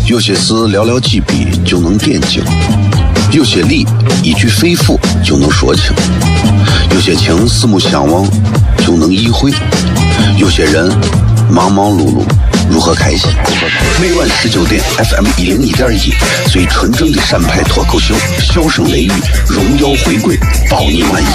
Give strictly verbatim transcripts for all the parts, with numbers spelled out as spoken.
有些事寥寥几笔就能点睛，有些理一句肺腑就能说清，有些情四目相望就能意会，有些人忙忙碌碌如何开心？每晚十九点 F M 一零一点一，最纯正的陕派脱口秀，笑声雷雨，荣耀回归，保你满意。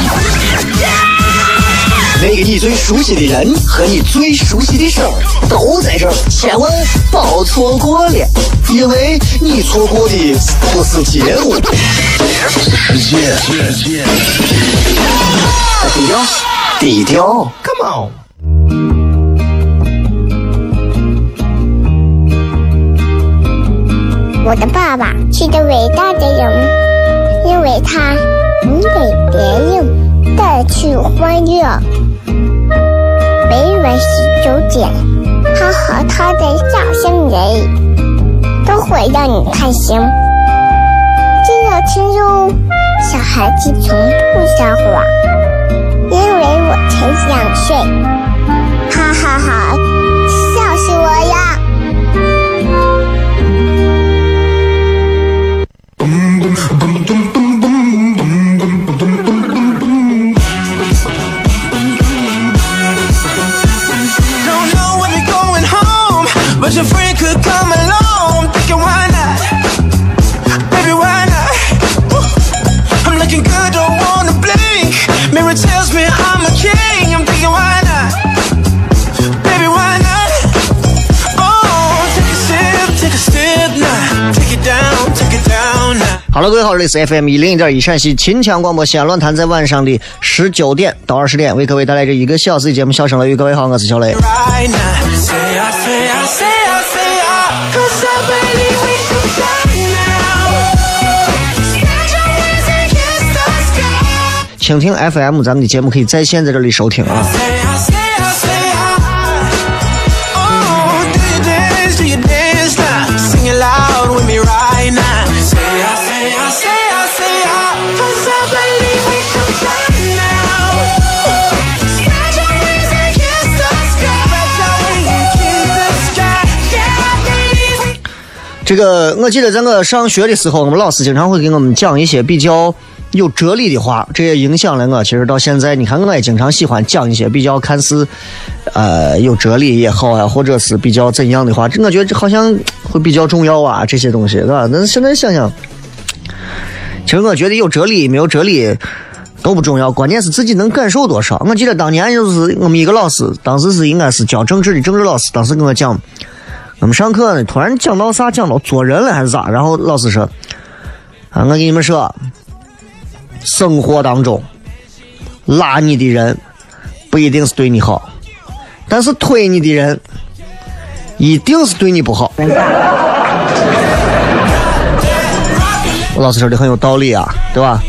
那个你最熟悉的人和你最熟悉的事儿都在这儿，千万别错过了，因为你错过的不是节目， 世界。 低调，低调 ，Come on。 我的爸爸是个伟大的人，因为他能给别人带去欢乐。每晚十九点，他和他的笑声人，都会让你开心。记得听哟，小孩子从不撒谎，因为我才两岁。哈哈哈，笑死我呀！ But your friend could come along, thinking why not? Baby, why not? I'm looking good, don't wanna blink. Mirror tells me I'm a king. I'm thinking why not? Baby, why not? Oh, take a sip, take a sip now. Take it down, take it down now. 好了，各位好，这里是 F M 一零一点一陕西秦腔广播西安论坛，在晚上的十九点到二十点，为各位带来这一个小时的节目。笑声雷雨，各位好，我是小雷。蜻蜓 F M 咱们的节目可以在线在这里收听啊。这个我记得在我上学的时候，我们老师经常会给我们讲一些比较有哲理的话，这也影响了我。其实到现在，你看我也经常喜欢讲一些比较看似呃有哲理也好啊，或者是比较怎样的话，我觉得好像会比较重要啊，这些东西，对吧？但是现在想想，其实我觉得有哲理没有哲理都不重要，关键是自己能感受多少。我记得当年就是我们一个老师，当时是应该是教政治的政治老师，当时跟我讲。我们上课呢，突然讲到啥，讲到做人了还是咋？然后老师说：“啊，我跟你们说，生活当中拉你的人不一定是对你好，但是推你的人一定是对你不好。”我老师说的很有道理啊，对吧？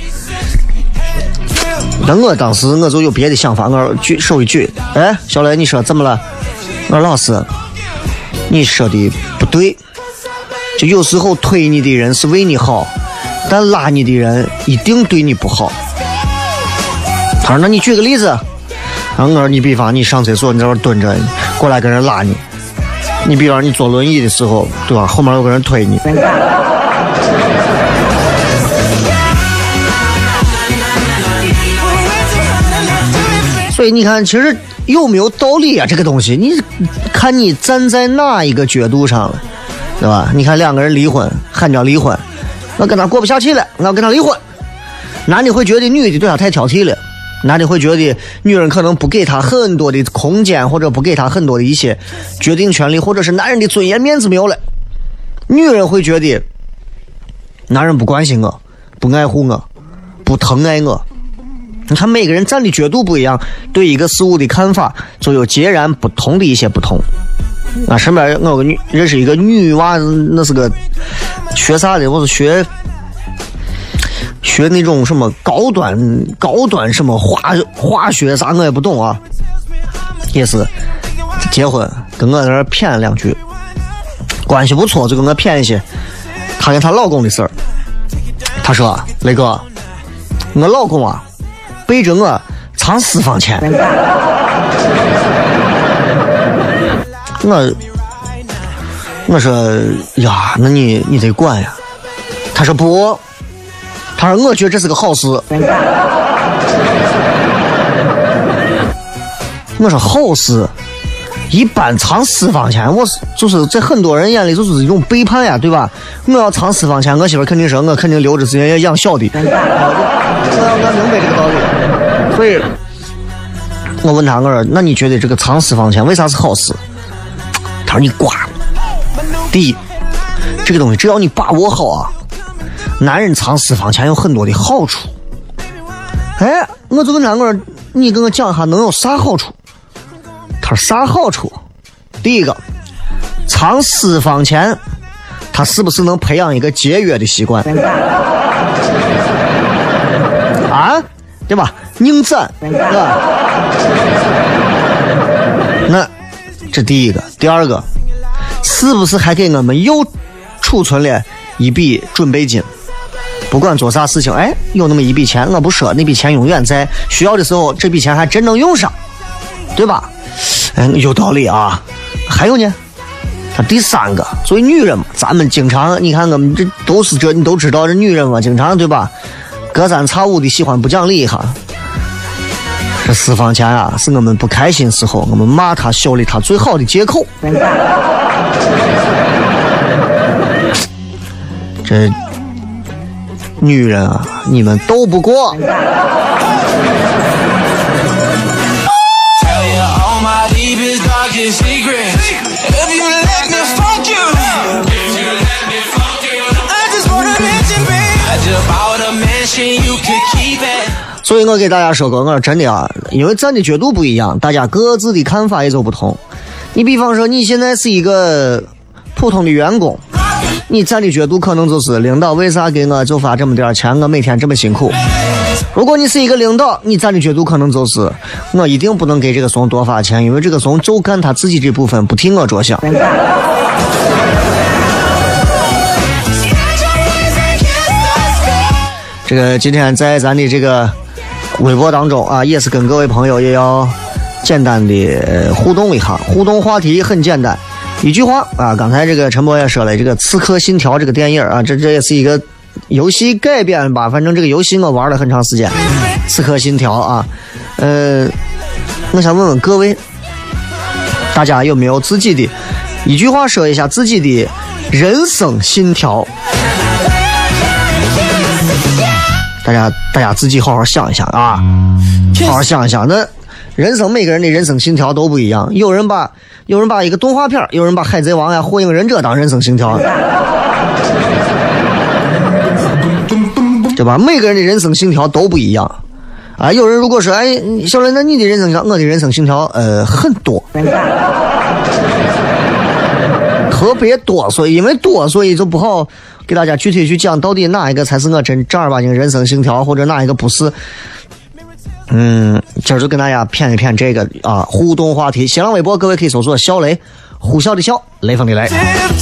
但我当时我就有别的想法，我举手一举，哎，小雷，你说怎么了？我说老师。你说的不对，就有时候推你的人是为你好，但拉你的人一定对你不好。他说那你举个例子。然后我说你比方你上厕所你在这蹲着，过来跟人拉你，你比方你坐轮椅的时候，对吧，后面有个人推你。所以你看其实有没有道理啊这个东西，你看你站在哪一个角度上了，对吧？你看两个人离婚，喊叫离婚，我跟他过不下去了，我要跟他离婚。男的会觉得女的对他太挑剔了，男的会觉得女人可能不给他很多的空间，或者不给他很多的一些决定权利，或者是男人的尊严面子没有了。女人会觉得男人不关心我，不爱护我，不疼爱我。你看每个人站的角度不一样，对一个事物的看法就有截然不同的一些不同。啊，身边我有个女认识一个女娃，那是个学啥的，我是学学那种什么高端高端什么化化学啥我也不懂啊，也是结婚跟我在那谝两句，关系不错就跟我谝一些她跟她老公的事儿。她说雷哥，我老公啊背着我藏私房钱。我我说呀，那你你得管呀。他说不，他说我觉得这是个好事。我说好事，一般藏私房钱，我就是在很多人眼里就是一种背叛呀，对吧？我要藏私房钱，我媳妇肯定说我肯定留着时间要养小的。我我明白这个道理，所以我问他，我说那你觉得这个藏私房钱为啥是好事？他说你瓜。第一，这个东西只要你把握好啊，男人藏私房钱有很多的好处。哎，我就问他，我说你跟我讲一下能有啥好处？他说啥好处？第一个，藏私房钱，他是不是能培养一个节约的习惯？啊，对吧？宁攒，对吧？那这第一个，第二个，是不是还给我们又储存了一笔准备金？不管做啥事情，哎，有那么一笔钱，我不说，那笔钱永远在，需要的时候，这笔钱还真能用上，对吧？嗯，有道理啊。还有呢，他第三个，作为女人嘛，咱们经常，你看我们这都是这，你都知道这女人嘛，经常对吧？隔三差五的喜欢不讲理一下。这私房钱啊，是我们不开心时候，我们骂他、修理他最好的借口。这女人啊，你们斗不过。所以我给大家说过，我说真的啊，因为站的角度不一样，大家各自的看法也就不同。你比方说你现在是一个普通的员工，你站的角度可能就是领导为啥给我就发这么点钱，我每天这么辛苦。如果你是一个领导，你站的角度可能就是我一定不能给这个怂多发钱，因为这个怂就干他自己这部分，不替我着想。这个今天在咱的这个微博当中啊，也是跟各位朋友也要简单的互动一下。互动话题很简单，一句话啊。刚才这个陈博也说了，这个《刺客信条》这个电影啊，这这也是一个游戏改编吧，反正这个游戏我玩了很长时间。《刺客信条》啊，呃，我想问问各位，大家有没有自己的一句话说一下自己的人生信条？大家大家自己好好想一想啊，好好想一想。那人生每个人的人生信条都不一样，有人把有人把一个动画片，有人把海贼王呀、火影忍者当人生信条，对吧？每个人的人生信条都不一样啊。有人如果说，哎，小雷，那你的人生信条，我的人生信条呃很多，特别多，所以因为多，所以就不好给大家具体去讲到底哪一个才是我真正儿八经人生信条，或者哪一个不是。嗯，今儿就跟大家谝一谝这个啊互动话题。新浪微博各位可以搜索小雷，呼啸的笑，雷锋的雷。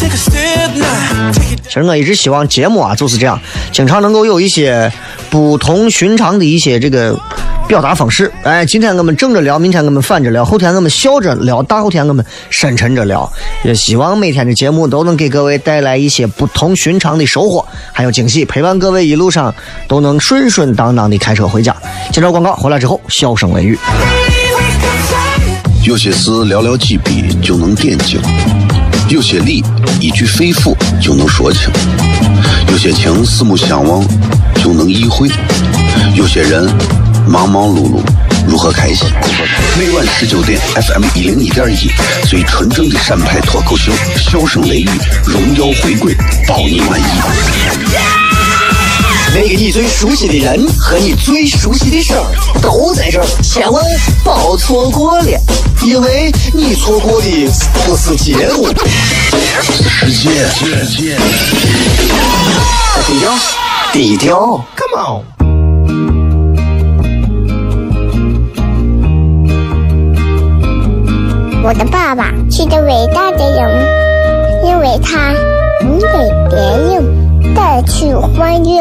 其实我一直希望节目啊就是这样，经常能够有一些不同寻常的一些这个表达方式。哎，今天我们正着聊，明天我们反着聊，后天我们笑着聊，大后天我们深沉着聊。也希望每天的节目都能给各位带来一些不同寻常的收获，还有惊喜，陪伴各位一路上都能顺顺当当的开车回家。接着广告回来之后，笑声雷雨。 有些事寥寥几笔就能点睛，有些理一句肺腑就能说清，有些情四目相望就能意会，有些人忙忙碌碌如何开心？每晚十九点 F M 一零一点一，最纯正的陕派脱口秀，笑声雷雨，荣耀回归，保你满意。 那个你最熟悉的人和你最熟悉的事儿都在这儿，千万别错过了，因为你错过的不是节目， 世界世界低调低调 Come on。 我的爸爸是个伟大的人，因为他能给别人带去欢乐。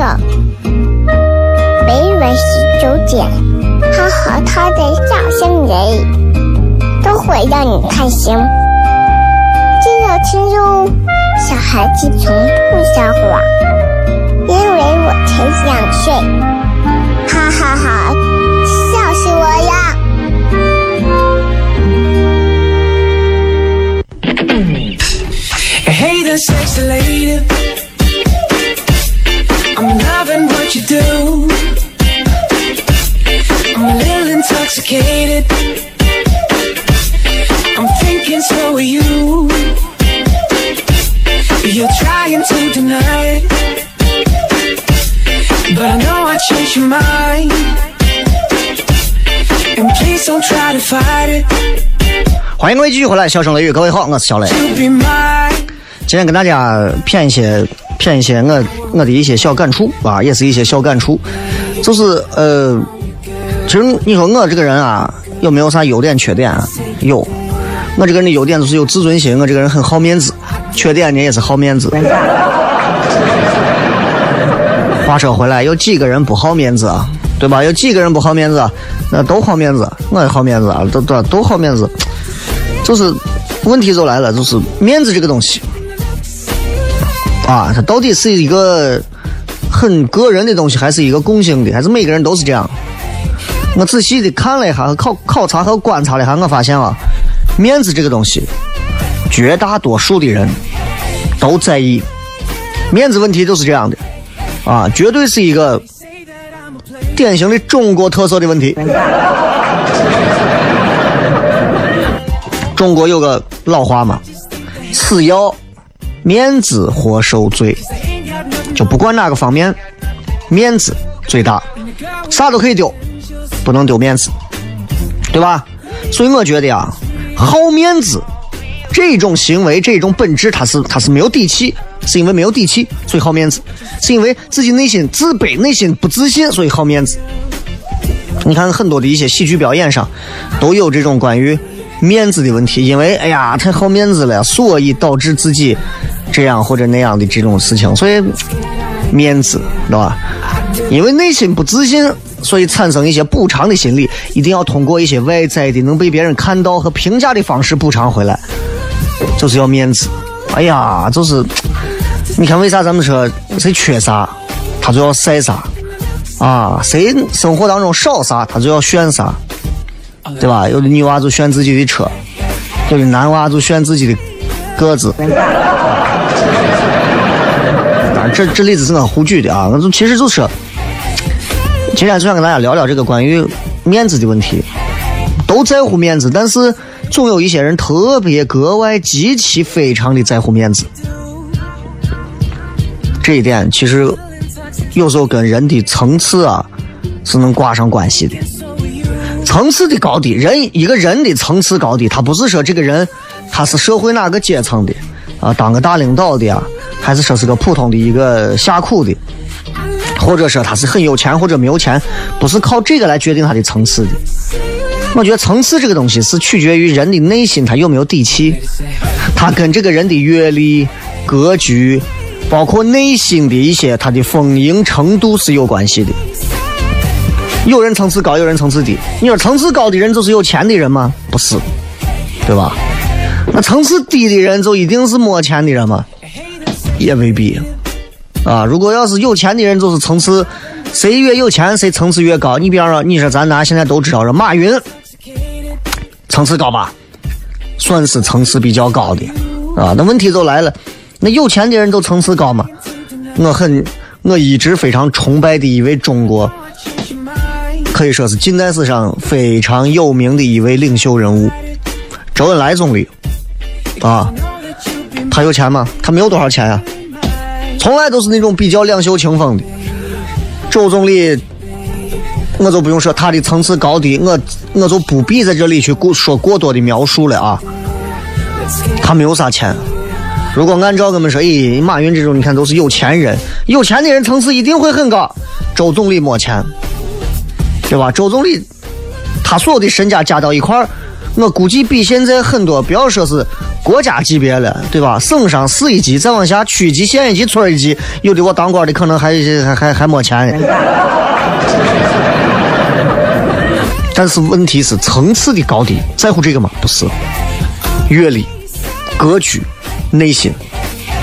每晚十九点，他和他的笑声人都会让你开心。记得听哟。 小孩子从不撒谎，因为我才两岁。哈哈哈，笑死我呀 ！Hey there, sexy lady. I'm loving what you do. I'm a little intoxicated. I'm thinking so are you. You're trying to deny it, but I know I changed your mind. And please don't try to fight it. 欢迎各位继续回来，笑声雷雨，各位好，我是小雷。今天跟大家骗一些骗一些我我的一些小感触啊，也是一些小感触，就是呃，其实你说我这个人啊，有没有啥优点缺点啊？有，我这个人的优点就是有自尊心，我这个人很好面子，缺点呢也是好面子。话说回来，有几个人不好面子啊？对吧？有几个人不好面子？那都好面子，我也好面子啊，都都都好面子。就是问题就来了，就是面子这个东西啊，它到底是一个很个人的东西，还是一个共性的，还是每个人都是这样？我仔细的看了一下，考考察和观察了一下，我发现啊，面子这个东西，绝大多数的人都在意。面子问题就是这样的啊，绝对是一个典型的中国特色的问题。中国有个老话嘛，此要面子活受罪，就不管哪个方面，面子最大，啥都可以丢，不能丢面子，对吧？所以我觉得呀，好面子这种行为，这种本质，它是它是没有底气，是因为没有底气，所以好面子，是因为自己内心自卑，内心不自信，所以好面子。你看很多的一些戏剧表演上都有这种关于面子的问题，因为哎呀太好面子了，所以导致自己这样或者那样的这种事情，所以面子，对吧？因为内心不自信，所以产生一些补偿的心理，一定要通过一些外在的能被别人看到和评价的方式补偿回来，就是要面子。哎呀，就是你看为啥咱们说谁缺啥他就要晒啥啊，谁生活当中少啥他就要炫啥，对吧？有的女娃就炫自己的车，有的男娃就炫自己的个子。当然这这例子是我胡举的啊，其实就是今天就想跟大家聊聊这个关于面子的问题。都在乎面子，但是总有一些人特别格外极其非常的在乎面子，这一点其实有时候跟人的层次啊是能挂上关系的。层次的高低，人一个人的层次高低，他不是说这个人他是社会哪个阶层的啊，当个大领导的啊，还是说是个普通的一个下苦的，或者说他是很有钱或者没有钱，不是靠这个来决定他的层次的。我觉得层次这个东西是取决于人的内心他有没有底气，他跟这个人的阅历、格局，包括内心的一些他的丰盈程度是有关系的。有人层次高，有人层次低。你说层次高的人就是有钱的人吗？不是，对吧？那层次低的人就一定是没钱的人吗？也未必啊。如果要是有钱的人，就是层次，谁越有钱谁层次越高。你比方说，你说咱俩现在都知道说马云层次高吧，算是层次比较高的啊。那问题就来了，那有钱的人都层次高吗？我很我一直非常崇拜的一位中国可以说是近代史上非常有名的一位领袖人物，周恩来总理啊。他有钱吗？他没有多少钱啊，从来都是那种比较两袖清风的。周总理我就不用说他的层次高低，我我就不必在这里去说过多的描述了啊。他没有啥钱，如果按照我们说，咦，马云这种你看都是有钱人，有钱的人层次一定会很高。周总理没钱，对吧？周总理他所有的身家加到一块儿，我估计比现在很多不要说是国家级别了，对吧？省上市一级，再往下区级、县一级、村一级，有的我当官的可能还还还还没钱。但是问题是层次的高低，在乎这个吗？不是，阅历、格局、内心，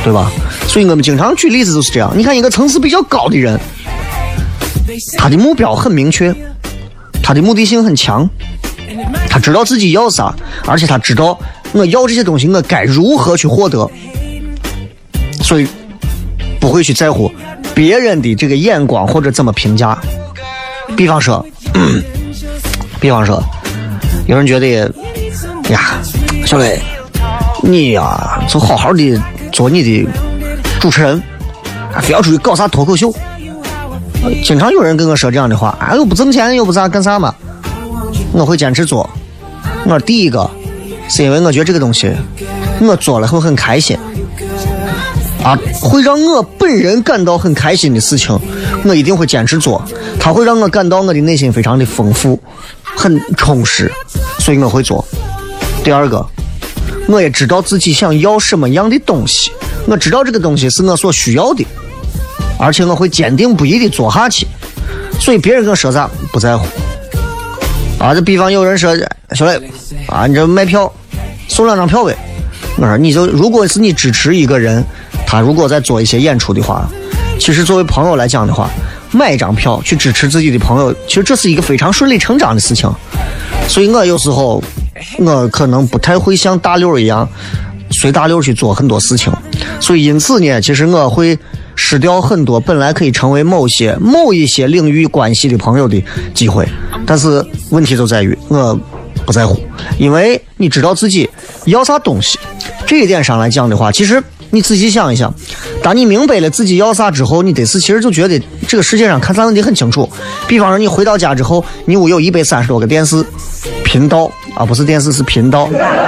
对吧？所以我们经常举例子就是这样。你看一个层次比较高的人，他的目标很明确，他的目的性很强，他知道自己要啥，而且他知道我要这些东西我该如何去获得，所以不会去在乎别人的这个眼光或者怎么评价。比方说、嗯、比方说有人觉得呀，小磊你呀就好好的做你的主持人，非要出去搞啥脱口秀。经常有人跟我说这样的话，啊，又不挣钱又不咋干啥嘛。我会坚持做。我第一个是因为我觉得这个东西我做了会很开心啊，会让我本人感到很开心的事情我一定会坚持做，它会让我感到我的内心非常的丰富很充实，所以我会做。第二个，我也知道自己想要什么样的东西，我知道这个东西是我所需要的，而且我会坚定不移的做下去，所以别人跟我说啥不在乎啊。这比方有人说小磊啊，你这卖票送两张票呗，我说你就如果是你支持一个人，他如果在做一些演出的话，其实作为朋友来讲的话，买一张票去支持自己的朋友，其实这是一个非常顺理成章的事情。所以我有时候我可能不太会像大溜一样随大溜去做很多事情，所以因此呢，其实我会失掉很多本来可以成为某些某一些领域关系的朋友的机会。但是问题就在于我不在乎，因为你知道自己要啥东西。这一点上来讲的话，其实你仔细想一想，当你明白了自己要啥之后，你得是其实就觉得这个世界上看啥问题很清楚。比方说你回到家之后，你屋有一百三十多个电视频道啊，不是电视是频道。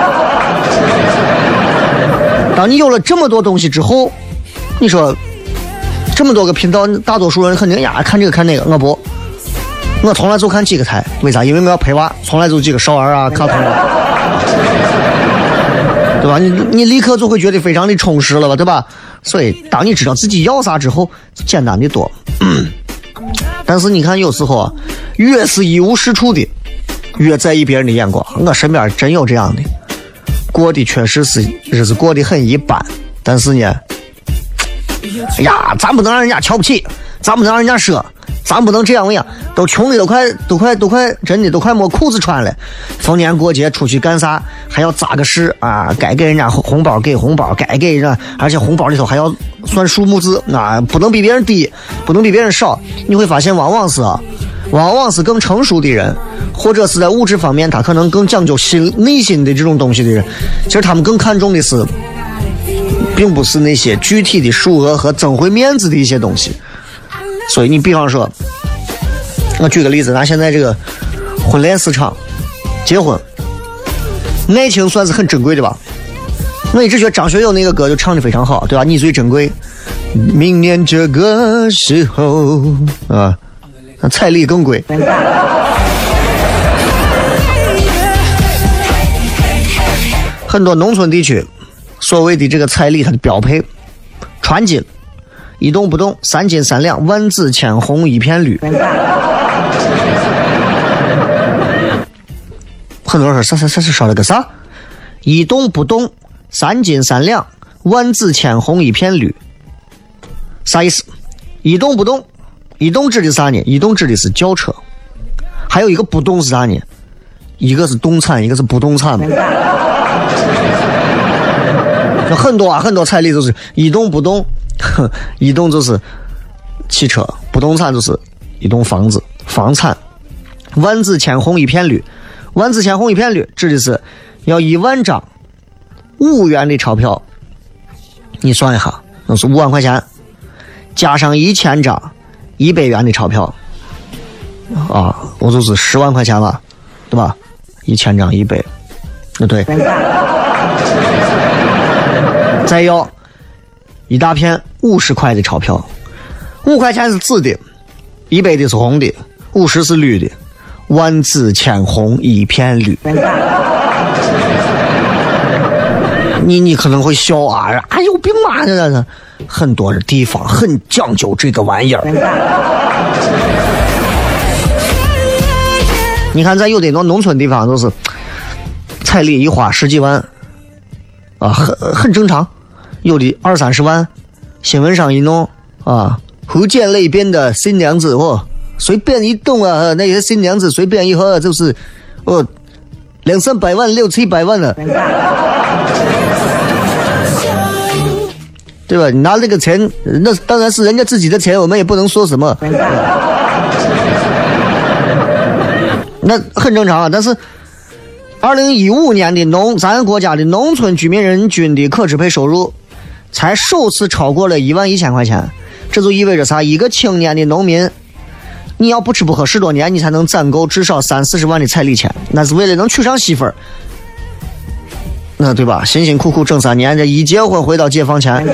当你有了这么多东西之后，你说这么多个频道，大多数人肯定呀看这个看那个，我不，我从来就看几个台，为啥？因为我要陪娃，从来就几个少儿啊、卡通啊，对吧？你你立刻就会觉得非常的充实了吧，对吧？所以当你知道自己要啥之后，简单的多。嗯、但是你看，有时候啊，越是一无是处的，越在意别人的眼光。我身边真有这样的，过得确实是日子过得很一般，但是呢，哎呀，咱不能让人家瞧不起，咱不能让人家说，咱不能这样样，都穷的都快都快都快真的都快没裤子穿了。逢年过节出去干啥还要扎个实啊，该给人家红包给红包，该给人，而且红包里头还要算数目字啊，不能比别人低，不能比别人少。你会发现往往是啊，往往是更成熟的人，或者是在物质方面他可能更讲究心内心的这种东西的人，其实他们更看重的是并不是那些具体的数额和争回面子的一些东西。所以你比方说，我举个例子，拿现在这个婚恋市场，结婚爱情算是很珍贵的吧。我一直觉得张学友那个歌就唱得非常好，对吧？你最珍贵，明年这个时候啊，彩礼更贵。很多农村地区所谓的这个彩礼，它的标配传金一动不动，三金三两，万紫千红一片绿。很多人说啥啥啥是说了个啥？一动不动，三金三两，万紫千红一片绿。啥意思？一动不动，一动指的是啥呢？一动指的是轿车，还有一个不动是啥呢？一个是动产，一个是不动产。有很多啊，很多彩礼都是一动不动。一栋就是汽车，不动产就是一栋房子，房产。万紫千红一片绿，万紫千红一片绿指的是要一万张五元的钞票，你算一下，那是五万块钱，加上一千张一百元的钞票啊，我就是十万块钱了，对吧？一千张一百，那对。再要一大片五十块的钞票，五块钱是紫的，一百的是红的，五十是绿的，万紫千红一片绿。你你可能会笑啊，啊有病吗？这这很多的地方很讲究这个玩意儿。你看，在有的农村地方都是彩礼一花十几万啊，很很正常。 有的二三十万，新闻上一弄啊，福建那边的新娘子哦，随便一动啊，那些新娘子随便一喝就是哦两三百万六七百万了，对吧？你拿这个钱，那当然是人家自己的钱，我们也不能说什么，那很正常啊。但是二零一五年的农咱国家的农村居民人均的可支配收入才首次超过了一万一千块钱，这就意味着啥？一个青年的农民，你要不吃不喝十多年，你才能攒够至少三四十万的彩礼钱，那是为了能娶上媳妇儿，那对吧？辛辛苦苦挣三年，这一结婚回到解放前，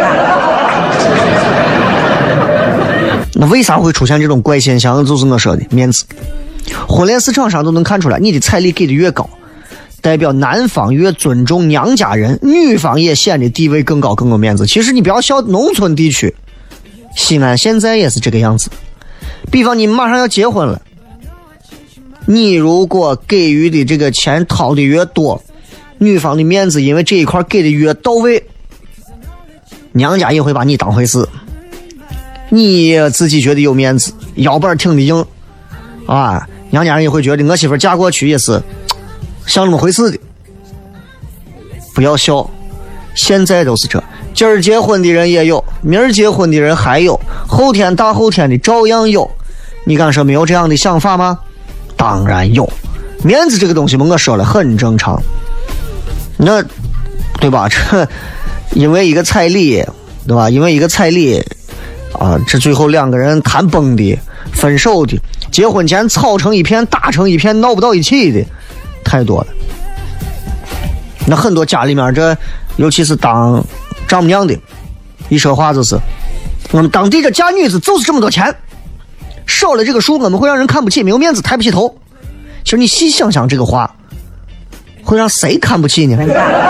那为啥会出现这种怪现象？就是我说的面子。婚恋市场上都能看出来，你的彩礼给的越高，代表男方越尊重娘家人，女方也显得地位更高更有面子。其实你不要笑农村地区，西安现在也是这个样子。比方你马上要结婚了，你如果给予的这个钱掏的越多，女方的面子因为这一块给的越到位，娘家也会把你当回事，你自己觉得有面子，腰板挺的硬啊，娘家人也会觉得我媳妇嫁过去也是像那么回事的。不要笑，现在都是这，今儿结婚的人也有，明儿结婚的人还有，后天大后天的照样有。你敢说没有这样的想法吗？当然有。面子这个东西我说了很正常，那对吧？这因为一个彩礼，对吧？因为一个彩礼啊，这最后两个人谈崩的、分手的、结婚前吵成一片、打成一片、闹不到一起的太多了。那很多家里面这尤其是当丈母娘的，一说话就是我们当地的嫁女子就是这么多钱，少了这个数我们会让人看不起，没有面子抬不起头。其实你细想想这个话会让谁看不起呢？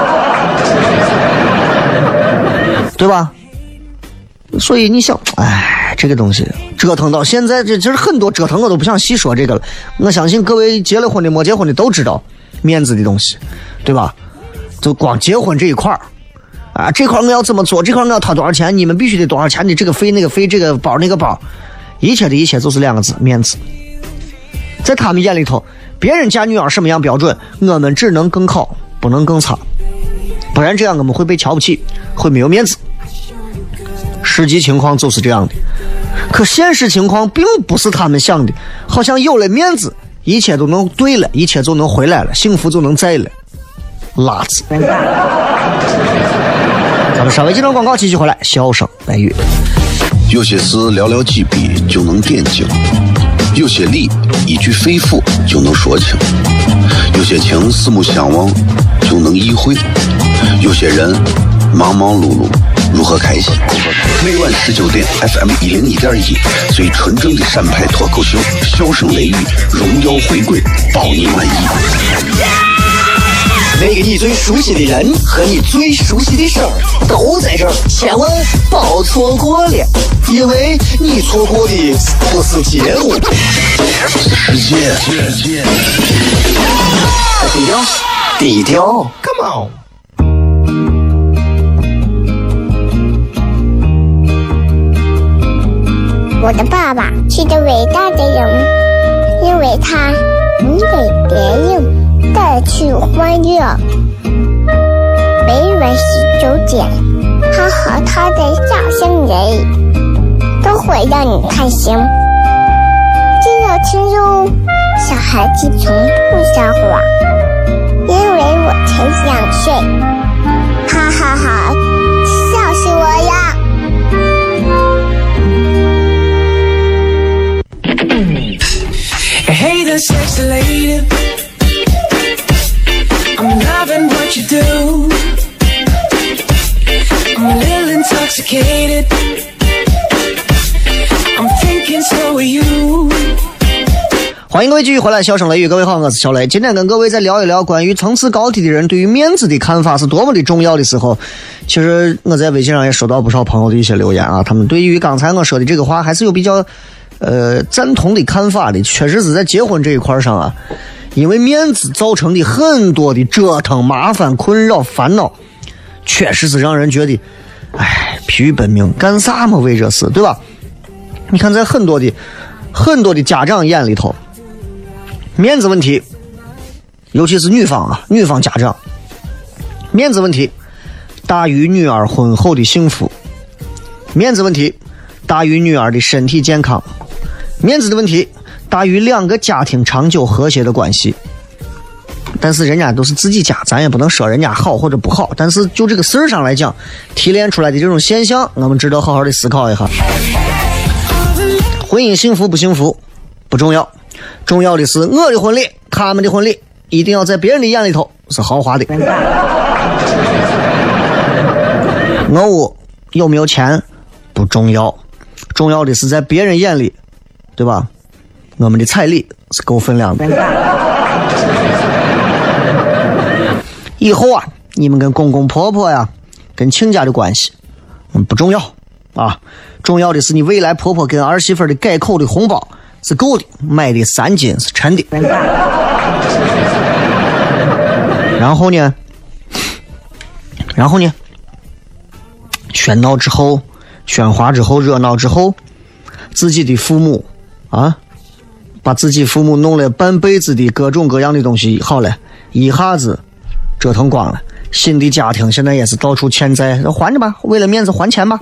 对吧？所以你想，哎，这个东西折腾到现在，这其实很多折腾我都不想细说这个了。我相信各位结了婚的没结婚的都知道面子的东西，对吧？就光结婚这一块儿啊，这块我要怎么做，这块我要掏多少钱，你们必须得多少钱的这个费那个费，这个包那个包，一切的一切就是两个字：面子。在他们眼里头，别人家女儿什么样标准，我们只能更好，不能更差，不然这样我们会被瞧不起，会没有面子。实际情况就是这样的，可现实情况并不是他们想的，好像有了面子一切都能对了，一切就能回来了，幸福就能在了。垃圾。咱们稍微几段广告继续回来，笑声白玉。 有些事寥寥几笔就能点睛，有些理一句肺腑就能说清，有些情四目相望就能意会，有些人忙忙碌碌如何开心。每晚十九点 F M 一零一点一，最纯正的陕派脱口秀，笑声雷雨，荣耀回归，保你满意。 那个你最熟悉的人和你最熟悉的事儿都在这儿，千万别错过了，因为你错过的不是节目， 世界。 低调，低调 ，Come on。 我的爸爸是个伟大的人，因为他能给别人带去欢乐。每晚十九点，他和他的笑声人都会让你开心。记得听哟，小孩子从不撒谎，因为我才两岁。哈哈哈，笑死我呀！ Hey there, sexy lady, I'm loving what you do. I'm a little intoxicated, I'm thinking so are you. 欢迎各位继续回来，笑声雷雨，各位好，我是小雷。今天跟各位再聊一聊关于层次高低的人对于面子的看法是多么的重要的时候，其实我在微信上也收到不少朋友的一些留言啊，他们对于刚才我说的这个话还是有比较呃赞同的看法的。确实是在结婚这一块上啊，因为面子造成的很多的折腾、麻烦、困扰、烦恼，确实是让人觉得哎，疲于奔命，干啥嘛？为这事，对吧？你看，在很多的很多的家长眼里头，面子问题，尤其是女方啊，女方家长，面子问题大于女儿婚后的幸福，面子问题大于女儿的身体健康，面子的问题大于两个家庭长久和谐的关系。但是人家都是自己家，咱也不能说人家好或者不好，但是就这个事儿上来讲，提炼出来的这种现象，我们值得好好的思考一下。婚姻幸福不幸福不重要，重要的是我的婚礼，他们的婚礼一定要在别人的眼里头是豪华的。我屋有没有钱不重要，重要的是在别人眼里，对吧？我们的彩礼是够分量的。以后啊，你们跟公公婆婆呀，跟亲家的关系，嗯，不重要啊。重要的是你未来婆婆跟儿媳妇的改口的红包是够的，买的三斤是沉的。然后呢，然后呢，喧闹之后，喧哗之后，热闹之后，自己的父母啊，把自己父母弄了半辈子的各种各样的东西，好了，一下子折腾光了。新的家庭现在也是到处欠债，还着吧，为了面子还钱吧。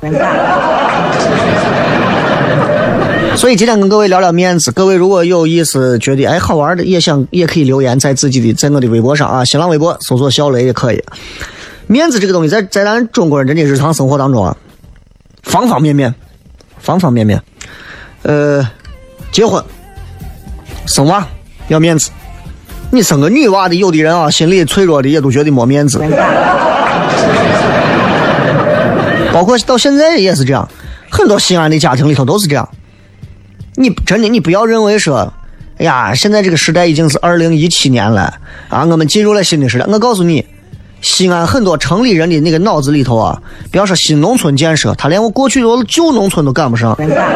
所以今天跟各位聊聊面子，各位如果有意思觉得哎好玩的，也想也可以留言在自己的在我的微博上啊，新浪微博搜索小雷也可以。面子这个东西在在咱中国人的日常生活当中啊，方方面面方方面面呃结婚生娃要面子，你生个女娃的，有的人啊心里脆弱的也都觉得没面子，包括到现在也是这样，很多西安的家庭里头都是这样。你真的你不要认为说哎呀现在这个时代已经是二零一七年了啊，我们进入了新的时代。我告诉你，西安很多城里人的那个脑子里头啊，不要说新农村建设，他连我过去的旧农村都赶不上。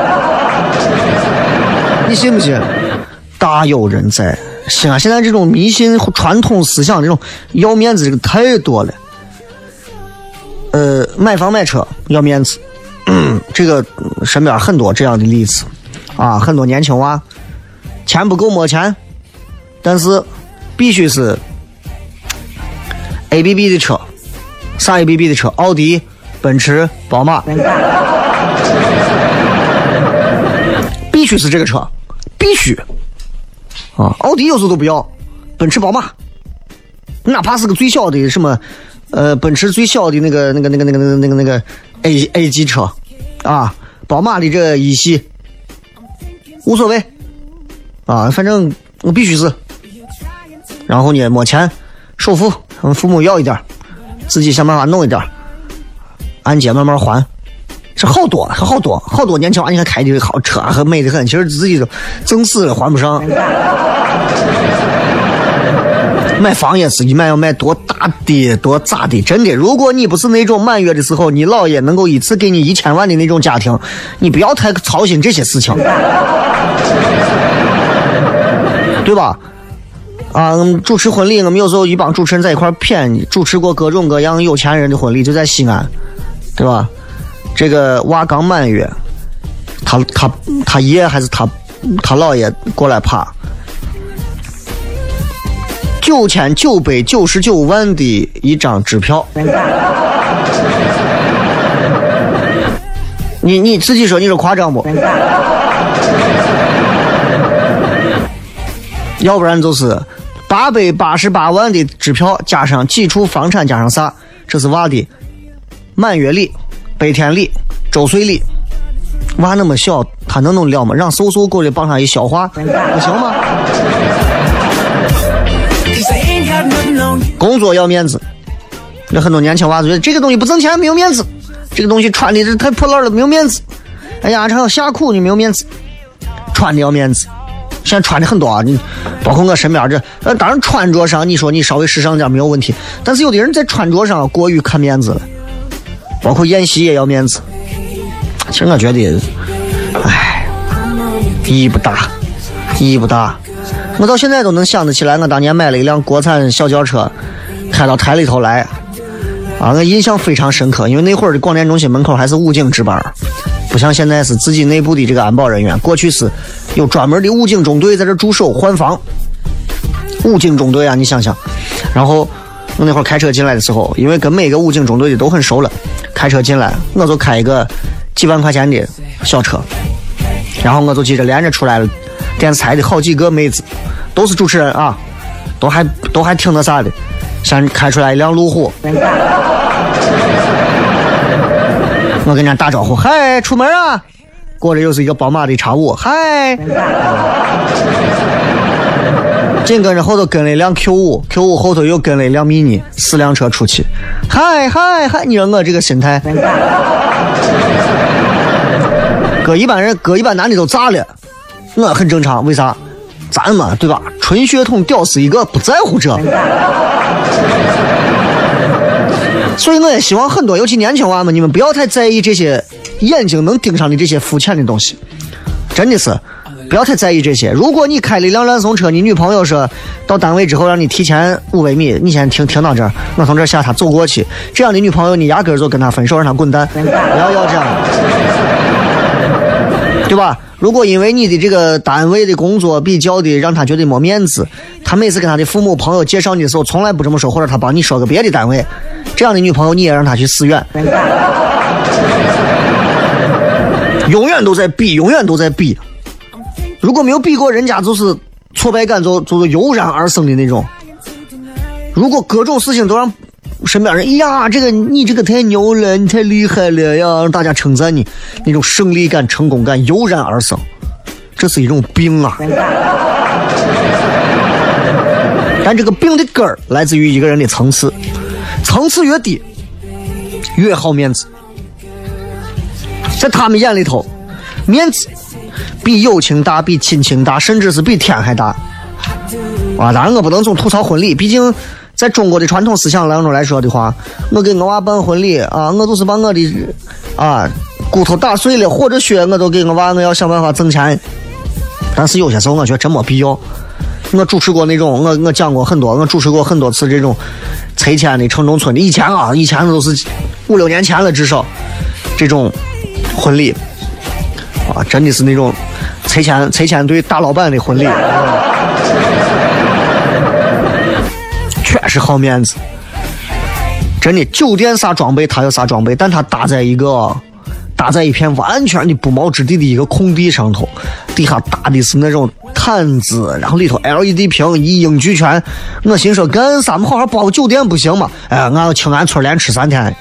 你信不信？大有人在。西安现在这种迷信传统思想这种要面子这个太多了。呃，买房买车要面子，嗯、这个身边很多这样的例子啊，很多年轻娃钱不够没钱，但是必须是 A B B 的车，啥 A B B 的车？奥迪、奔驰、宝马，必须是这个车，必须啊！奥迪有时候都不要，奔驰、宝马，哪怕是个最小的什么，呃，奔驰最小的那个、那个、那个、那个、那个、那个、那个 A A 级车啊，宝马的这一系无所谓啊，反正我必须是。然后呢，没钱，首付我们父母要一点，自己想办法弄一点，按揭慢慢还。这好多好多好多年轻娃，你看开的好车和美的很，其实自己都挣死了还不上。买房也是一买要买多大的多咋的，真的，如果你不是那种满月的时候你姥爷能够一次给你一千万的那种家庭，你不要太操心这些事情，对吧？啊，主持婚礼，我们有时候一帮主持人在一块谝，主持过各种各样有钱人的婚礼，就在西安，对吧？这个娃刚满月，他他他爷还是他他姥爷过来爬九千九百九十九万的一张支票，你你自己说，你说夸张不？要不然就是八百八十八万的支票加上几处房产加上啥，这是娃的满月礼、百天礼、周岁礼。娃那么小，他能弄了吗？让搜搜过来帮他一消化，不行吗？工作要面子，有很多年轻娃子觉得这个东西不挣钱没有面子，这个东西穿的是太破烂了没有面子，哎呀这还要下苦你没有面子，穿的要面子。现在穿的很多啊，你包括我身边这，呃，当然穿着上你说你稍微时尚点没有问题，但是有的人在穿着上过于看面子了，包括宴席也要面子。其实我觉得，哎，意义不大，意义不大。我到现在都能想得起来，我当年买了一辆国产小轿车，开到台里头来， 啊，我印象非常深刻，因为那会儿的广电中心门口还是武警值班，不像现在是自己内部的这个安保人员，过去是有专门的武警中队在这驻守换防。武警中队啊，你想想，然后我那会儿开车进来的时候，因为跟每个武警中队的都很熟了，开车进来我就开一个几万块钱的小车，然后我就记着连着出来了电视台的好几个妹子，都是主持人啊，都还都还挺那啥的，先开出来一辆路虎，我跟人家打招呼，嗨，出门啊，过着又是一个宝马的叉五，嗨，紧跟着后头跟了一辆 Q 五 Q 五后头又跟了一辆 mini， 四辆车出去，嗨嗨嗨，你说我这个心态搁一般人搁一般男的都炸了，我很正常，为啥？咱嘛对吧，纯血统屌丝一个，不在乎这。所以我也希望很多尤其年轻娃们，你们不要太在意这些眼睛能盯上的这些肤浅的东西，真的是不要太在意这些。如果你开了一辆烂怂车，你女朋友说到单位之后让你提前五百米，你先停停到这儿，我从这儿下她走过去，这样的女朋友你压根儿就跟她分手，让她滚蛋，不要要这样，对吧？如果因为你的这个单位的工作比较的让她觉得没面子，她每次跟她的父母朋友介绍你的时候从来不这么说，或者她帮你说个别的单位，这样的女朋友你也让她去死远。永远都在比，永远都在比，如果没有比过，人家就是挫败感就就是油然而生的那种。如果各种事情都让身边人，哎呀，这个你这个太牛了，你太厉害了呀，让大家称赞你，那种胜利感、成功感油然而生，这是一种病啊。但这个病的根儿来自于一个人的层次，层次越低，越好面子。在他们眼里头，面子比友情大，比亲情大，甚至是比天还大啊！当然我不能总吐槽婚礼，毕竟在中国的传统思想当中来说的话，我给我娃办婚礼啊，我都是把我的啊骨头打碎了或者血，我都给我娃，我要想办法挣钱。但是有些时候我觉得真没必要。我主持过那种，我我讲过很多，我主持过很多次这种拆迁的城中村的，以前啊，以前都是五六年前了，至少这种婚礼啊，真的是那种拆迁拆迁队大老板的婚礼，确实好面子。真的，酒店啥装备他有啥装备，但他搭在一个搭在一片完全的不毛之地的一个空地上头，底下搭的是那种毯子，然后里头 L E D 屏一应俱全。我心说干啥？我们好好包个酒店不行吗？哎呀，俺清安村连吃三天。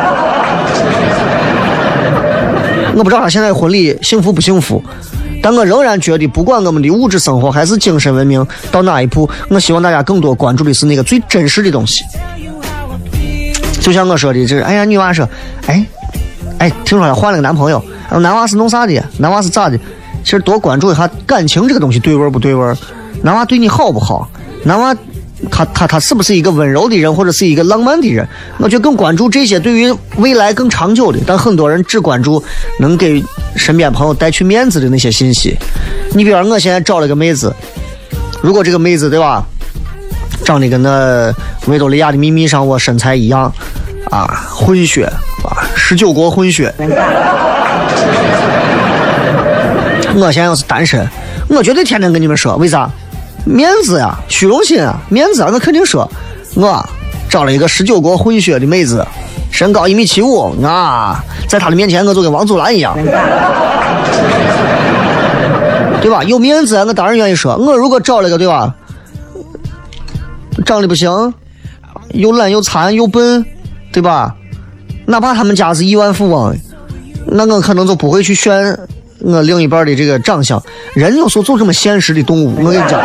我不知道他现在婚礼幸福不幸福，但我仍然觉得不管我们的物质生活还是精神文明到哪一步，我希望大家更多关注的是那个最真实的东西。就像我说的，就是哎呀，女娃说哎哎，听说她换了个男朋友，男娃是弄啥的？男娃是咋的？其实多关注一下感情这个东西对味不对味，男娃对你好不好，男娃他他他是不是一个温柔的人，或者是一个浪漫的人？我就更关注这些对于未来更长久的，但很多人只关注能给身边朋友带去面子的那些信息。你比方我现在找了个妹子，如果这个妹子对吧，长得跟那维多利亚的秘密上我身材一样啊，混血啊，十九国混血。我现在要是单身，我绝对天天跟你们说，为啥？面子呀，虚荣心啊，面子啊，我肯定说，我找了一个十九国混血的妹子，身高一米七五啊，在她的面前我就跟王祖蓝一样，对吧？有面子啊，我当然愿意说。我如果找了个对吧，长得不行，又懒又残又笨，对吧？哪怕他们家是亿万富翁，那我可能就不会去选我另一半的这个长相。人有时候就这么现实的动物，我跟你讲，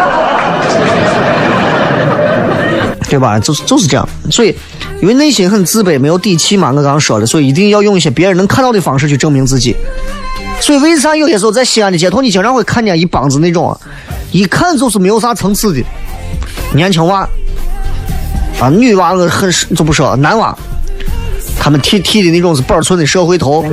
对吧？就是就是这样。所以因为内心很自卑没有底气嘛，我刚刚说了，所以一定要用一些别人能看到的方式去证明自己。所以为啥有些时候在西安的街头你经常会看见一帮子那种一看就是没有啥层次的年轻娃啊，女娃我很就不说，男娃他们剃剃的那种是板寸的社会头，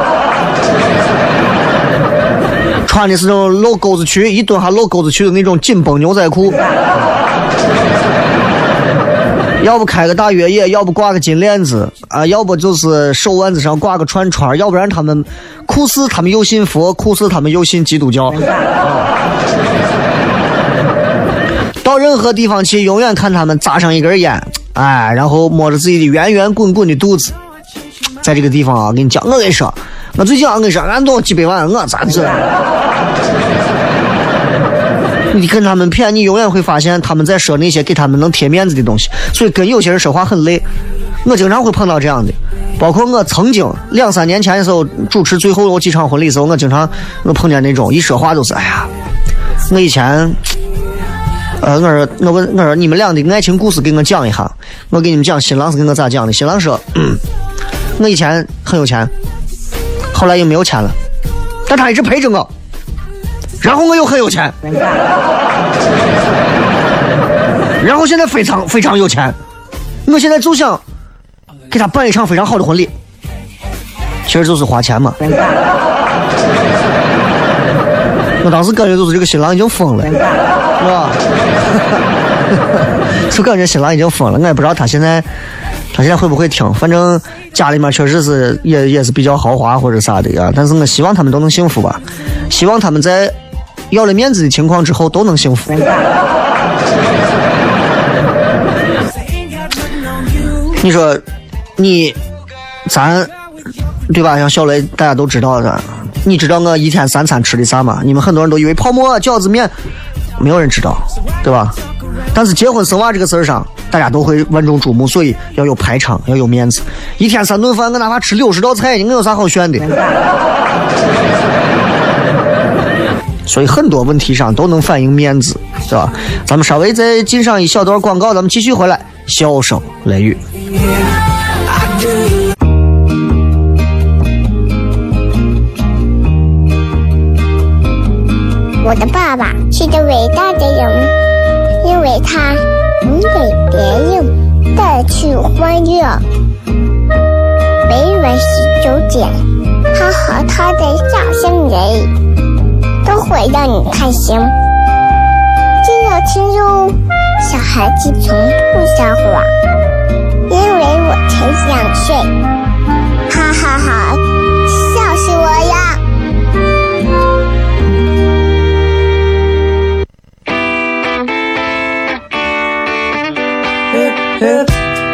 穿的是那种露沟子裙，一顿下露沟子裙的那种紧绷牛仔裤， 要不开个大越野，要不挂个金链子啊，要不就是手腕子上挂个串串，要不然他们酷似他们又信佛，酷似他们又信基督教。到任何地方去，永远看他们扎上一根烟，哎，然后摸着自己的圆圆滚滚的肚子。在这个地方啊，跟你讲，我跟你说，我最近我跟你说，俺都几百万，我咋知道？你跟他们骗，你永远会发现他们在说那些给他们能贴面子的东西，所以跟有些人说话很累。我经常会碰到这样的，包括我曾经两三年前的时候主持最后几场婚礼的时候，我经常我碰见那种一说话都是，哎呀，我以前。呃，我说，我问，我说你们俩的爱情故事给我讲一下。我给你们讲，新郎是跟我咋讲的？新郎说，嗯，我以前很有钱，后来又没有钱了，但他一直陪着我，然后我又很有钱，然后现在非常非常有钱，我现在就想给他办一场非常好的婚礼，其实就是花钱嘛。我当时感觉就是这个新郎已经疯了，是吧？就感觉新郎已经疯了，我也不知道他现在他现在会不会听，反正家里面确实是也也是比较豪华或者啥的呀。但是我希望他们都能幸福吧，希望他们在要了面子的情况之后都能幸福。你说你咱对吧？像小雷大家都知道的。你知道我一天三餐吃的啥吗？你们很多人都以为泡馍、饺子面，没有人知道，对吧？但是结婚生娃这个事儿上，大家都会万众瞩目，所以要有排场，要有面子。一天三顿饭，我哪怕吃六十道菜，你有啥好炫的？所以很多问题上都能反映面子，对吧？咱们稍微再进上一小段广告，咱们继续回来，笑声雷雨。 我的爸爸是个伟大的人，因为他能给别人带去欢乐。每晚十九点，他和他的笑声人都会让你开心。记得听哟，小孩子从不撒谎，因为我才两岁。哈哈哈，笑死我呀！ Hip,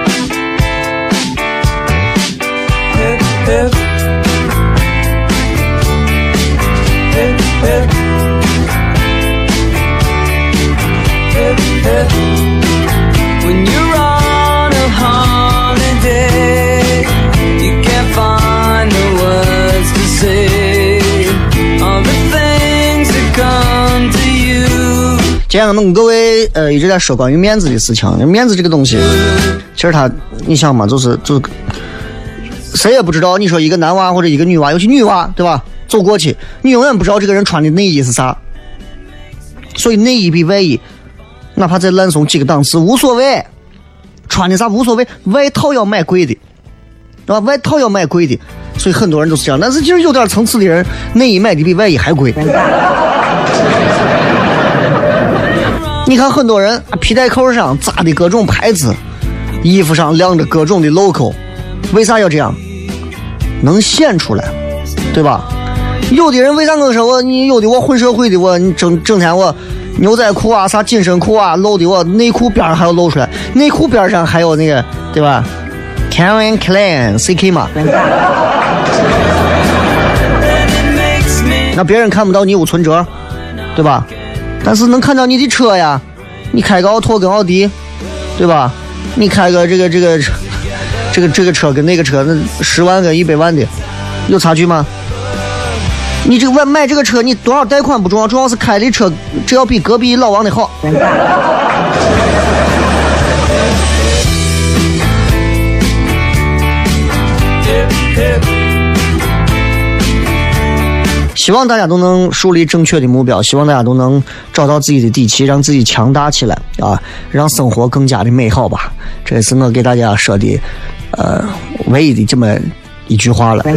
hip, hip, hip, hip, hip, hip. When you're on a holiday, you can't find the words to say all the things that come to you. 今天我们各位呃一直在说关于面子的事情，面子这个东西，其实它你想嘛，就是就是谁也不知道。你说一个男娃或者一个女娃，尤其女娃，对吧？走过去，你永远不知道这个人穿的内衣是啥，所以内衣比外衣，哪怕再烂松几个档次无所谓，穿的啥无所谓，外套要买贵的，对吧？外套要买贵的，所以很多人都是这样。但是就是有点层次的人，内衣买的比外衣还贵。你看很多人皮带扣上扎的各种牌子，衣服上亮着各种的 logo， 为啥要这样？能显出来，对吧？有的人为啥我说我你有的我混社会的我你整整天我牛仔裤啊啥紧身裤啊露的我内裤边还要露出来，内裤边上还有那个对吧 Calvin Klein C K 嘛，那别人看不到你有存折，对吧？但是能看到你的车呀，你开个奥拓跟奥迪，对吧？你开个这个这个这个这个车跟那个车，那十万跟一百万的有差距吗？你这个买这个车，你多少贷款不重要，重要是开的车只要比隔壁老王的好。希望大家都能树立正确的目标，希望大家都能找到自己的底气，让自己强大起来啊，让生活更加的美好吧。这是我给大家说的呃唯一的这么一句话了。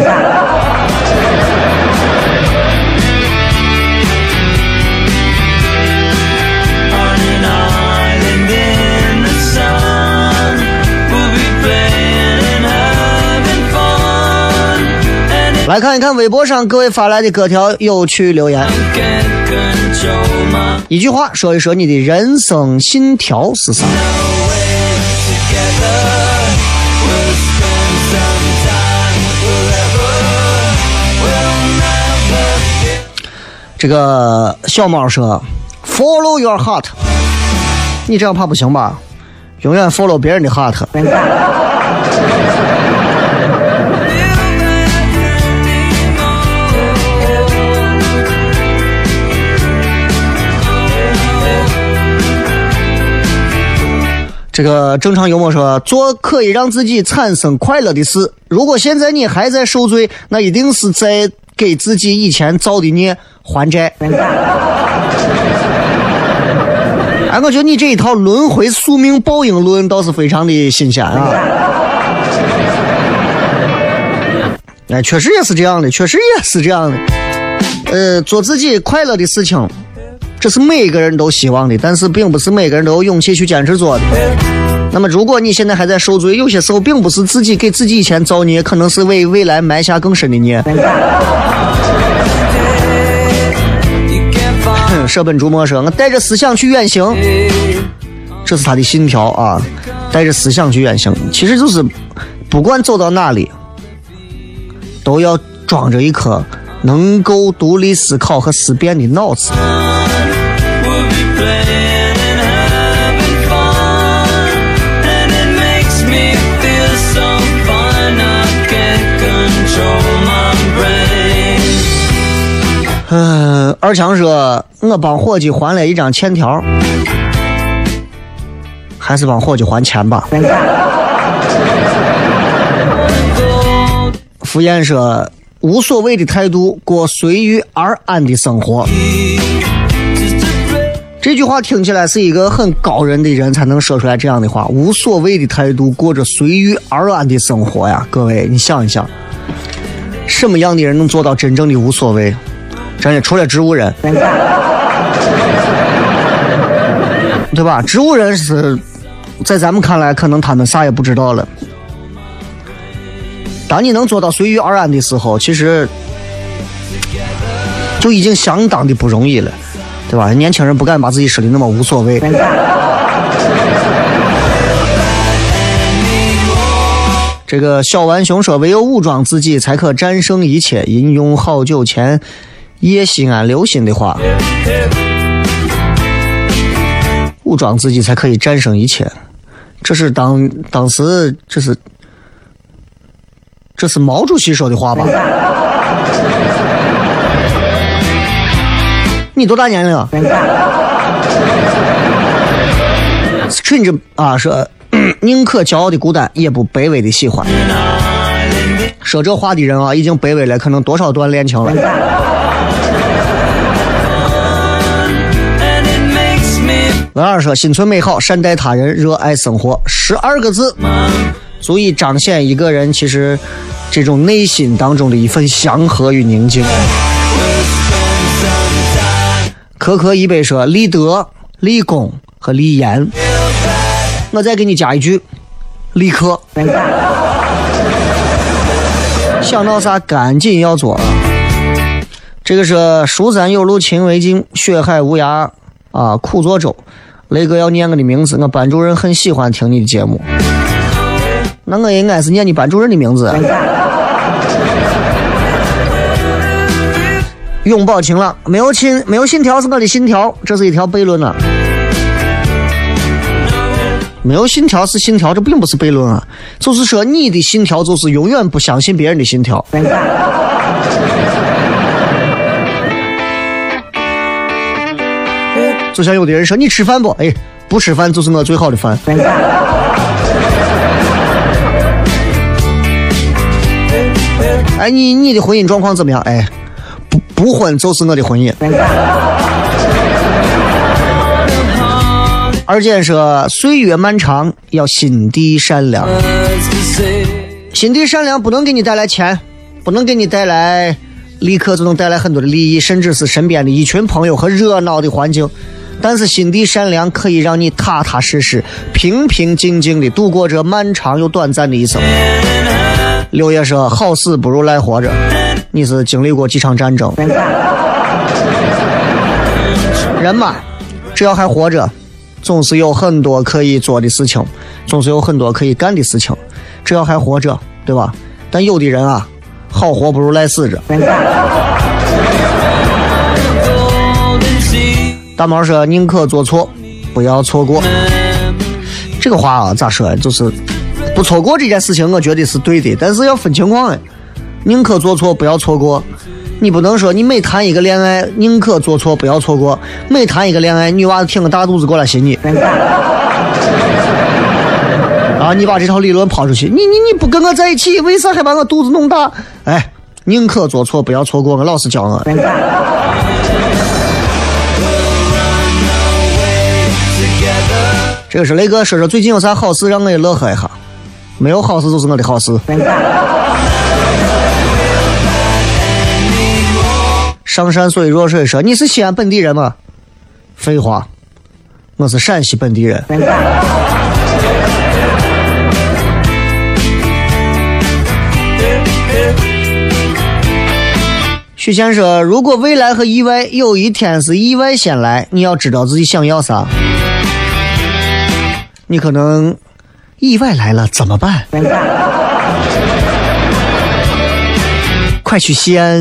来看一看微博上各位发来的各条有趣留言。一句话说一说你的人生信条是啥？这个小猫说 Follow your heart， 你这样怕不行吧？永远 follow 别人的 heart。 这个正常幽默说，做可以让自己产生快乐的事，如果现在你还在受罪，那一定是在给自己以前造的孽还债。哎，我觉得你这一套轮回宿命报应论倒是非常的新鲜啊！哎，确实也是这样的，确实也是这样的。呃，做自己快乐的事情，这是每个人都希望的，但是并不是每个人都有勇气去坚持做的。那么，如果你现在还在受罪，有些时候并不是自己给自己以前造孽，可能是为未来埋下更深的孽。舍本逐末说，我带着思想去远行，这是他的信条啊！带着思想去远行，其实就是不管走到哪里，都要装着一颗能够独立思考和思辨的脑子。嗯，二强说，我帮伙计还了一张欠条，还是帮伙计还钱吧。福燕说，无所谓的态度，过随遇而安的生活。这句话听起来是一个很高人的人才能说出来这样的话，无所谓的态度，过着随遇而安的生活呀。各位，你想一想，什么样的人能做到真正的无所谓？真的，除了植物人，对吧？植物人是在咱们看来，可能他们啥也不知道了。当你能做到随遇而安的时候，其实就已经相当的不容易了，对吧？年轻人不敢把自己说的那么无所谓。这个小顽熊说，唯有武装自己才可战胜一切，饮用好酒前夜西安流行的话，武装自己才可以战胜一切，这是当当时这是这是毛主席说的话吧？你多大年龄啊 ？Strange 啊，说宁可骄傲的孤单，也不卑微的喜欢。说这话的人啊，已经卑微了，可能多少段恋情了。文二说，心存美好，善待他人，热爱生活，十二个字足以彰显一个人其实这种内心当中的一份祥和与宁静。可可一杯说，立德、立功和立言。我再给你加一句，立刻。想到啥赶紧要做。这个是蜀山有路勤为径，雪海无涯啊苦作舟。雷哥要念我的名字，我班主任很喜欢听你的节目。那我应该是念你班主任的名字。永葆晴朗，没有亲没有信条是我的信条，这是一条悖论啊。没有信条是信条，这并不是悖论啊，就是说你的信条就是永远不相信别人的信条。就像有的人说，你吃饭不？哎，不吃饭就是我最好的饭。哎，你你的婚姻状况怎么样？哎，不不婚就是我的婚姻。而且说，岁月漫长，要心地善良。心地善良不能给你带来钱，不能给你带来立刻就能带来很多的利益，甚至是身边的一群朋友和热闹的环境。但是心地善良可以让你踏踏实实、平平静静地度过这漫长又短暂的一生。六爷说，好死不如赖活着。 你是经历过几场战争。人嘛，只要还活着，总是有很多可以做的事情，总是有很多可以干的事情，只要还活着，对吧？但有的人啊，好活不如赖死着。大毛说宁可做错不要错过，这个话啊咋说呀，就是不错过这件事情我觉得是对的，但是要分情况哎。宁可做错不要错过，你不能说你每谈一个恋爱宁可做错不要错过，每谈一个恋爱女娃子挺个大肚子过来寻你啊，你把这套理论抛出去，你你你不跟我在一起，为啥还把我肚子弄大？哎，宁可做错不要错过，我老师教我。这个是雷哥说说最近有啥好事让我也乐呵一下，没有好事就是我的好事。上山水弱水说你是西安本地人吗？废话，我是陕西本地人。许先生，如果未来和意外有一天是意外先来，你要知道自己想要啥。你可能意外来了怎么办？快去西安。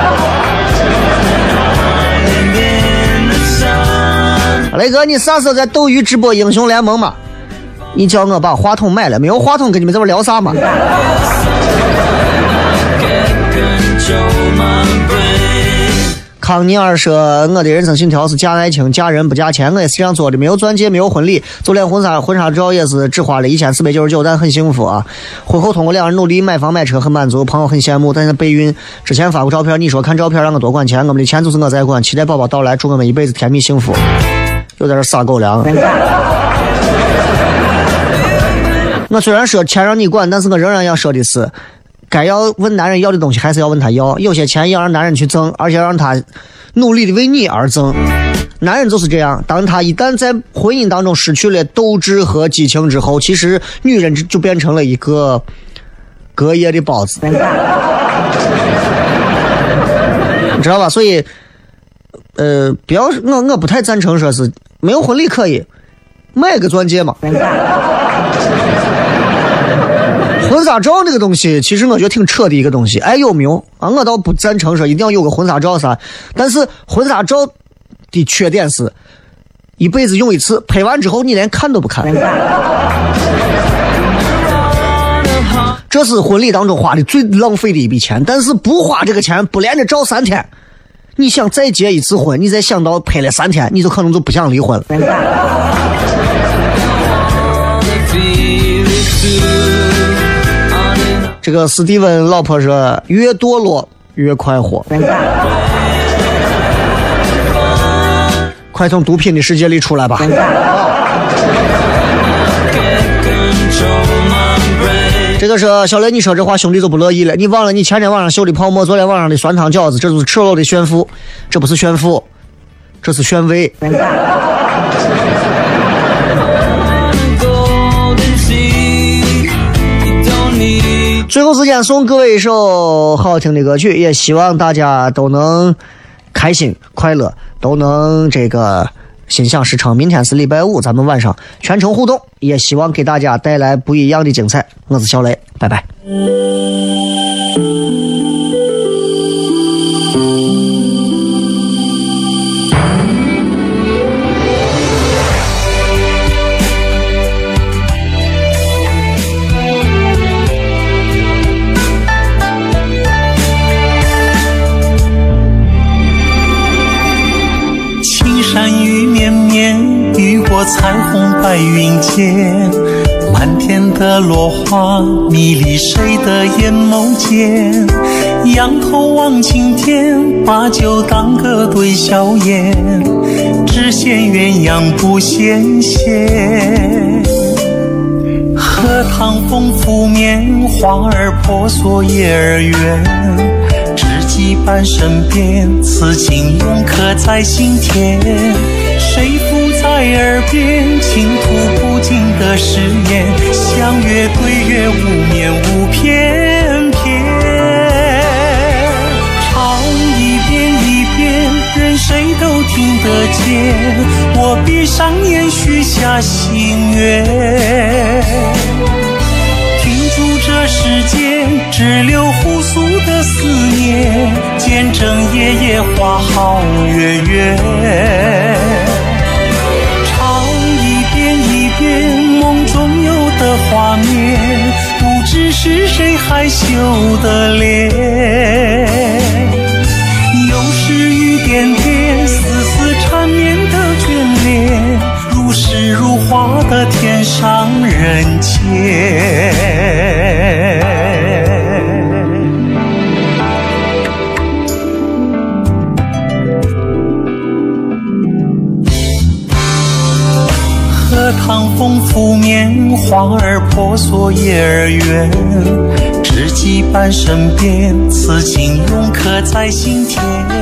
雷哥，你啥时候在斗鱼直播英雄联盟吗？你叫我把话筒买了，没有话筒跟你们这边聊啥吗？康尼尔说我的人生信条是嫁爱情嫁人不嫁钱，我也是这样做的，没有钻戒没有婚礼，就连婚纱婚纱照也是只花了一千四百九十九，但很幸福啊。婚后通过两人努力买房买车很满足，朋友很羡慕，但是备孕之前发过照片，你说看照片让我多管钱，我们的钱就是我在管，期待宝宝到来，祝我们一辈子甜蜜幸福。有点撒狗粮。我虽然说钱让你管，但是我仍然要说的是该要问男人要的东西还是要问他要，有些钱要让男人去挣，而且让他努力的为你而挣。男人就是这样，当他一旦在婚姻当中失去了斗志和激情之后，其实女人就变成了一个隔夜的包子，你知道吧？所以呃，不要我我不太赞成说是没有婚礼可以买个钻戒嘛。婚纱照这个东西其实我觉得挺扯的一个东西，爱有没有啊，我倒不赞成说一定要有个婚纱照啥，但是婚纱照的缺点是一辈子用一次，拍完之后你连看都不看，这是婚礼当中花的最浪费的一笔钱。但是不花这个钱，不连着照三天，你想再结一次婚，你再想到拍了三天，你就可能就不想离婚了。这个史蒂文老婆说越堕落越快活，快从毒品的世界里出来吧。这个是小雷，你说这话兄弟都不乐意了，你忘了你前天晚上秀的泡沫，昨天晚上的酸汤饺子，这就是赤裸的炫富，这不是炫富，这是炫威。最后时间送各位一首好听的歌曲，也希望大家都能开心快乐，都能这个心想事成。明天是礼拜五，咱们晚上全程互动，也希望给大家带来不一样的精彩。我是小雷，拜拜。 山雨绵绵，雨过彩虹白云间，漫天的落花迷离谁的眼眸间，仰头望青天，把酒当歌对笑颜，只羡鸳鸯不羡仙。荷塘风拂面，花儿婆娑叶儿圆，羁绊身边，此情永刻在心田。谁附在耳边，倾吐不尽的誓言，相约对月无眠无翩翩。 都听得见，我闭上眼许下心愿，停住这世间只留互诉的思念，见证夜夜花好月圆，唱一遍一遍梦中有的画面，不知是谁害羞的脸，又是雨点点丝丝缠绵的眷恋，如诗如画的天上人间。荷塘风拂面，花儿婆娑叶儿圆，知己伴身边，此情永刻在心田。